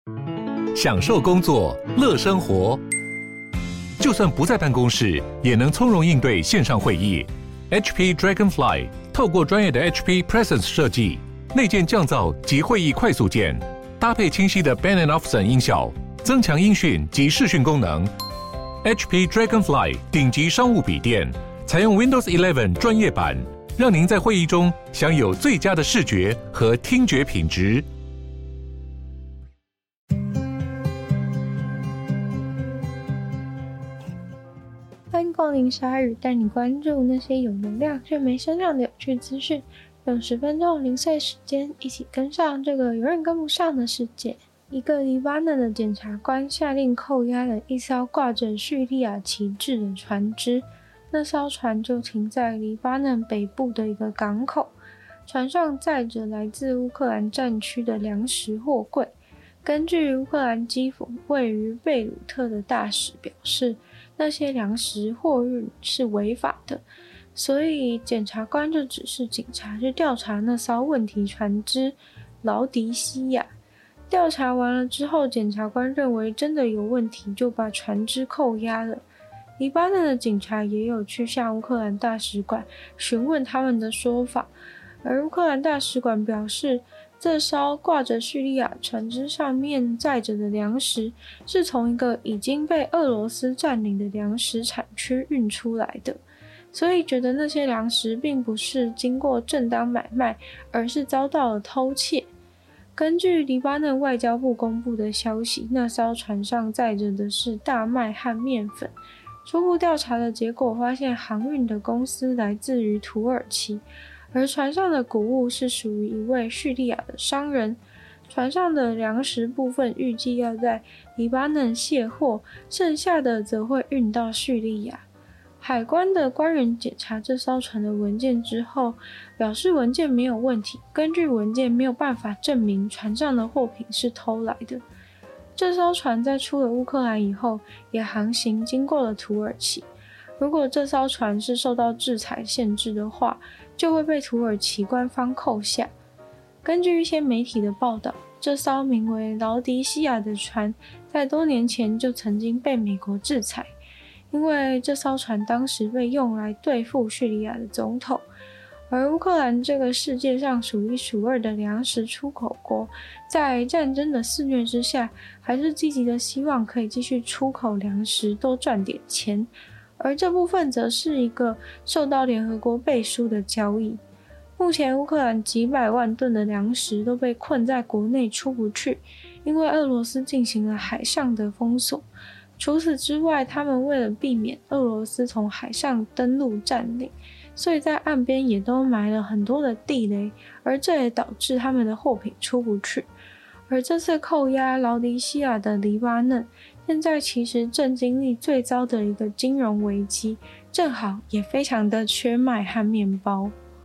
享受工作，乐生活。就算不在办公室，也能从容应对线上会议。HP Dragonfly 透过专业的 HP Presence 设计，内建降噪及会议快速键，搭配清晰的 Bang & Olufsen 音效，增强音讯及视讯功能。HP Dragonfly 顶级商务笔电，采用 Windows 11专业版，让您在会议中享有最佳的视觉和听觉品质。 欢迎光临鲨鱼，带你关注那些有流量却没声量的有趣资讯。用10分钟零碎时间，一起跟上这个永远跟不上的世界。一个黎巴嫩的检察官下令扣押了一艘挂着叙利亚旗帜的船只，那艘船就停在黎巴嫩北部的一个港口，船上载着来自乌克兰战区的粮食货柜。根据乌克兰基辅位于贝鲁特的大使表示，那些粮食货运是违法的，所以检察官就指示警察去调查那艘问题船只劳迪西亚。调查完了之后，检察官认为真的有问题，就把船只扣押了。黎巴嫩的警察也有去向乌克兰大使馆询问他们的说法，而乌克兰大使馆表示，这艘挂着叙利亚船只上面载着的粮食是从一个已经被俄罗斯占领的粮食产区运出来的，所以觉得那些粮食并不是经过正当买卖，而是遭到了偷窃。根据黎巴嫩外交部公布的消息，那艘船上载着的是大麦和面粉。初步调查的结果发现，航运的公司来自于土耳其，而船上的谷物是属于一位叙利亚的商人。船上的粮食部分预计要在黎巴嫩卸货，剩下的则会运到叙利亚。海关的官员检查这艘船的文件之后，表示文件没有问题，根据文件没有办法证明船上的货品是偷来的。这艘船在出了乌克兰以后，也航行经过了土耳其。如果这艘船是受到制裁限制的话，就会被土耳其官方扣下。根据一些媒体的报道，这艘名为劳迪西亚的船在多年前就曾经被美国制裁，因为这艘船当时被用来对付叙利亚的总统。而乌克兰这个世界上数一数二的粮食出口国，在战争的肆虐之下，还是积极的希望可以继续出口粮食，多赚点钱。而这部分则是一个受到联合国背书的交易。目前乌克兰几百万吨的粮食都被困在国内出不去，因为俄罗斯进行了海上的封锁。除此之外，他们为了避免俄罗斯从海上登陆占领，所以在岸边也都埋了很多的地雷，而这也导致他们的货品出不去。而这次扣押劳迪西亚的黎巴嫩，现在其实正经历最糟的一个金融危机，正好也非常的缺麦和面包。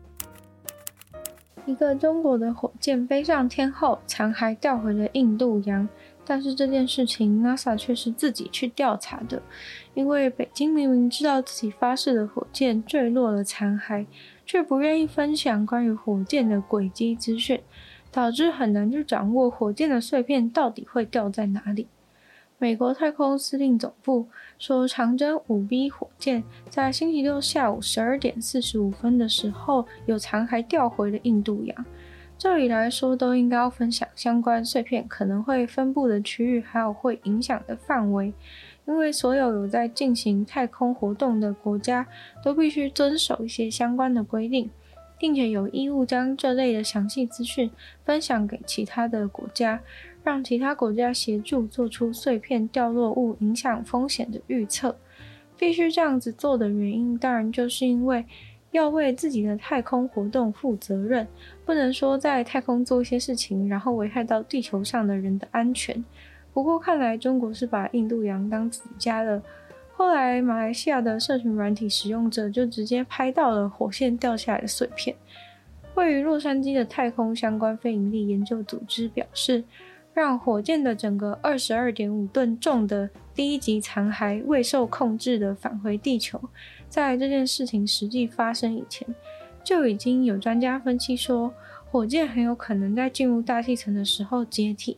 一个中国的火箭飞上天后，残骸掉回了印度洋，但是这件事情 NASA 却是自己去调查的，因为北京明明知道自己发射的火箭坠落了残骸，却不愿意分享关于火箭的轨迹资讯，导致很难去掌握火箭的碎片到底会掉在哪里。美国太空司令总部说，长征 5B 火箭在星期六下午12点45分的时候有残骸掉回了印度洋。照理来说都应该要分享相关碎片可能会分布的区域，还有会影响的范围，因为所有在进行太空活动的国家都必须遵守一些相关的规定，并且有义务将这类的详细资讯分享给其他的国家，让其他国家协助做出碎片掉落物影响风险的预测。必须这样子做的原因，当然就是因为要为自己的太空活动负责任，不能说在太空做一些事情，然后危害到地球上的人的安全。不过看来中国是把印度洋当自己家了。后来马来西亚的社群软体使用者就直接拍到了火箭掉下来的碎片。位于洛杉矶的太空相关非营利研究组织表示，让火箭的整个 22.5 吨重的第一级残骸未受控制的返回地球，在这件事情实际发生以前，就已经有专家分析说，火箭很有可能在进入大气层的时候解体。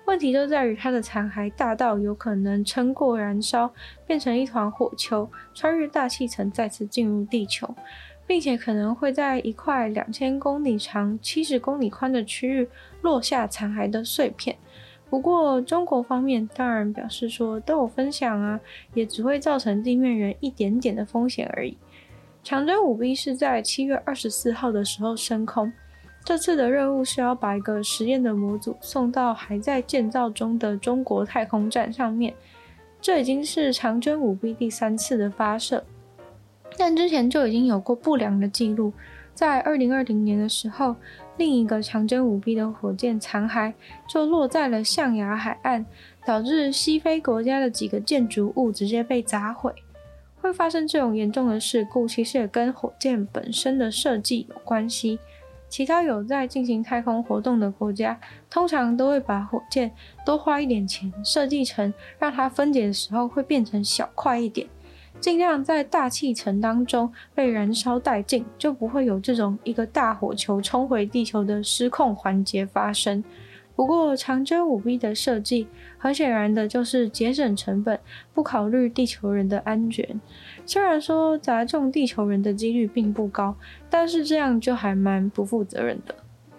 问题就在于它的残骸大到有可能撑过燃烧，变成一团火球，穿越大气层再次进入地球，并且可能会在一块2000公里长、70公里宽的区域落下残骸的碎片。不过中国方面当然表示说都有分享啊，也只会造成地面人一点点的风险而已。长征5B 是在7月24号的时候升空，这次的任务是要把一个实验的模组送到还在建造中的中国太空站上面，这已经是长征5B 第3次的发射，但之前就已经有过不良的记录。在2020年的时候，另一个长征5B 的火箭残骸就落在了象牙海岸，导致西非国家的几个建筑物直接被砸毁。会发生这种严重的事故，其实也跟火箭本身的设计有关系。其他有在进行太空活动的国家，通常都会把火箭多花一点钱，设计成让它分解的时候会变成小块一点，尽量在大气层当中被燃烧殆尽，就不会有这种一个大火球冲回地球的失控环节发生。不过长征5B 的设计很显然的就是节省成本，不考虑地球人的安全。虽然说砸中地球人的几率并不高，但是这样就还蛮不负责任的。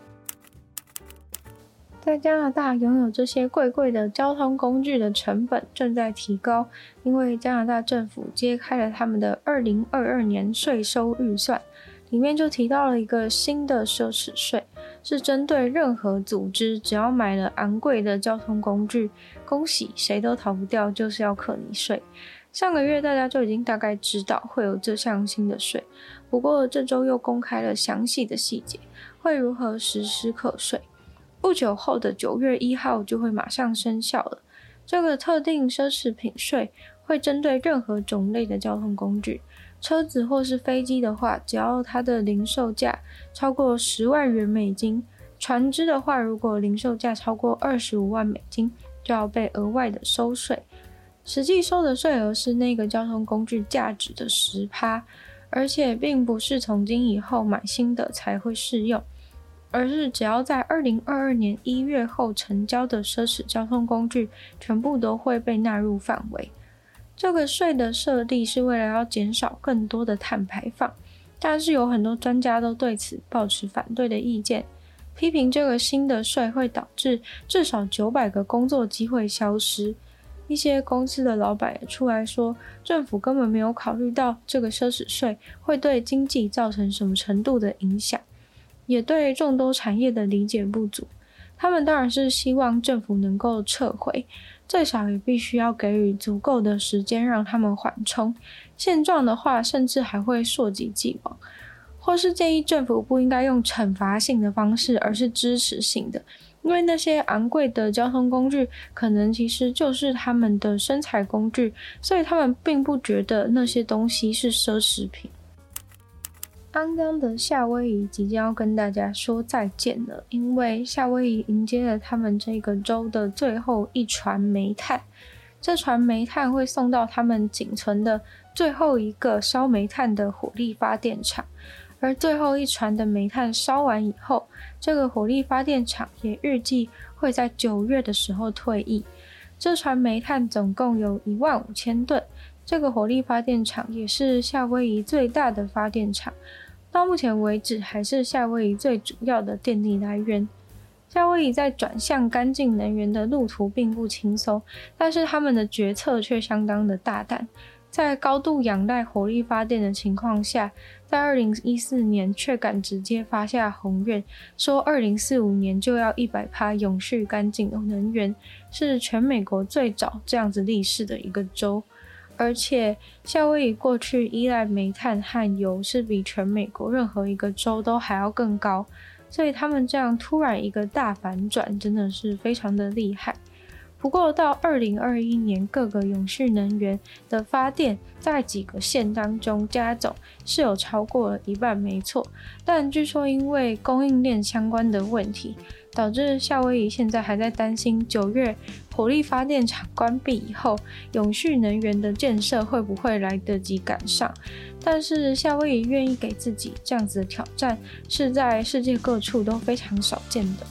在加拿大拥有这些贵贵的交通工具的成本正在提高，因为加拿大政府揭开了他们的2022年税收预算，里面就提到了一个新的奢侈税，是针对任何组织只要买了昂贵的交通工具，恭喜谁都逃不掉，就是要课你税。上个月大家就已经大概知道会有这项新的税，不过这周又公开了详细的细节，会如何实施课税。不久后的9月1号就会马上生效了。这个特定奢侈品税会针对任何种类的交通工具，车子或是飞机的话，只要它的零售价超过10万元美金，船只的话，如果零售价超过25万美金，就要被额外的收税。实际收的税额是那个交通工具价值的10%，而且并不是从今以后买新的才会适用，而是只要在2022年1月后成交的奢侈交通工具，全部都会被纳入范围。这个税的设立是为了要减少更多的碳排放，但是有很多专家都对此抱持反对的意见，批评这个新的税会导致至少900个工作机会消失。一些公司的老板也出来说，政府根本没有考虑到这个奢侈税会对经济造成什么程度的影响，也对众多产业的理解不足。他们当然是希望政府能够撤回，最少也必须要给予足够的时间让他们缓冲，现状的话甚至还会溯及既往，或是建议政府不应该用惩罚性的方式，而是支持性的，因为那些昂贵的交通工具可能其实就是他们的生财工具，所以他们并不觉得那些东西是奢侈品。肮脏的夏威夷即将要跟大家说再见了，因为夏威夷迎接了他们这个州的最后一船煤炭，这船煤炭会送到他们仅存的最后一个烧煤炭的火力发电厂，而最后一船的煤炭烧完以后，这个火力发电厂也预计会在9月的时候退役。这船煤炭总共有15000吨，这个火力发电厂也是夏威夷最大的发电厂，到目前为止还是夏威夷最主要的电力来源。夏威夷在转向干净能源的路途并不轻松，但是他们的决策却相当的大胆。在高度仰赖火力发电的情况下，在2014年却敢直接发下宏愿，说2045年就要100%永续干净的能源，是全美国最早这样子立誓的一个州。而且夏威夷过去依赖煤炭和油是比全美国任何一个州都还要更高，所以他们这样突然一个大反转真的是非常的厉害。不过到2021年，各个永续能源的发电在几个县当中加总是有超过了1半没错，但据说因为供应链相关的问题，导致夏威夷现在还在担心9月火力发电厂关闭以后，永续能源的建设会不会来得及赶上。但是夏威夷愿意给自己这样子的挑战，是在世界各处都非常少见的。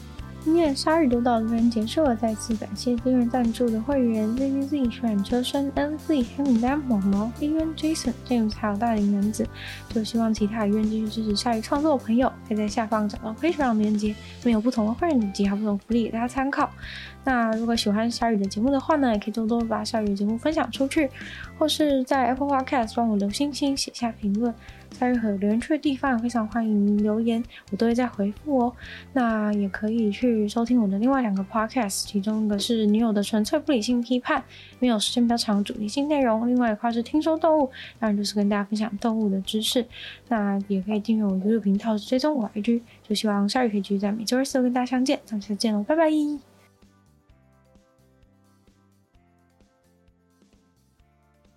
今天的鲨鱼都到这边结束了，再次感谢订阅赞助的会员 ZZZ、水染车身、LZ、黑牡丹、毛毛、AN、Jason、James 还有大龄男子。就希望其他愿意继续支持鲨鱼创作的朋友，可以在下方找到 Patreon 的链接，没有不同的会员等级还有不同福利给大家参考。那如果喜欢鲨鱼的节目的话呢，也可以多多把鲨鱼的节目分享出去，或是在 Apple Podcast 帮我留星星、写下评论。在任何留言区的地方非常欢迎您留言，我都会再回复哦。那也可以去收听我的另外2个 podcast， 其中一个是女友的纯粹不理性批判，没有时间比较长的主题性内容，另外一块是听说动物，当然就是跟大家分享动物的知识。那也可以订阅我 YouTube 频道，追踪我 IG， 就希望鲨鱼可以继续在每周2、4跟大家相见，咱们下次见喽，拜拜。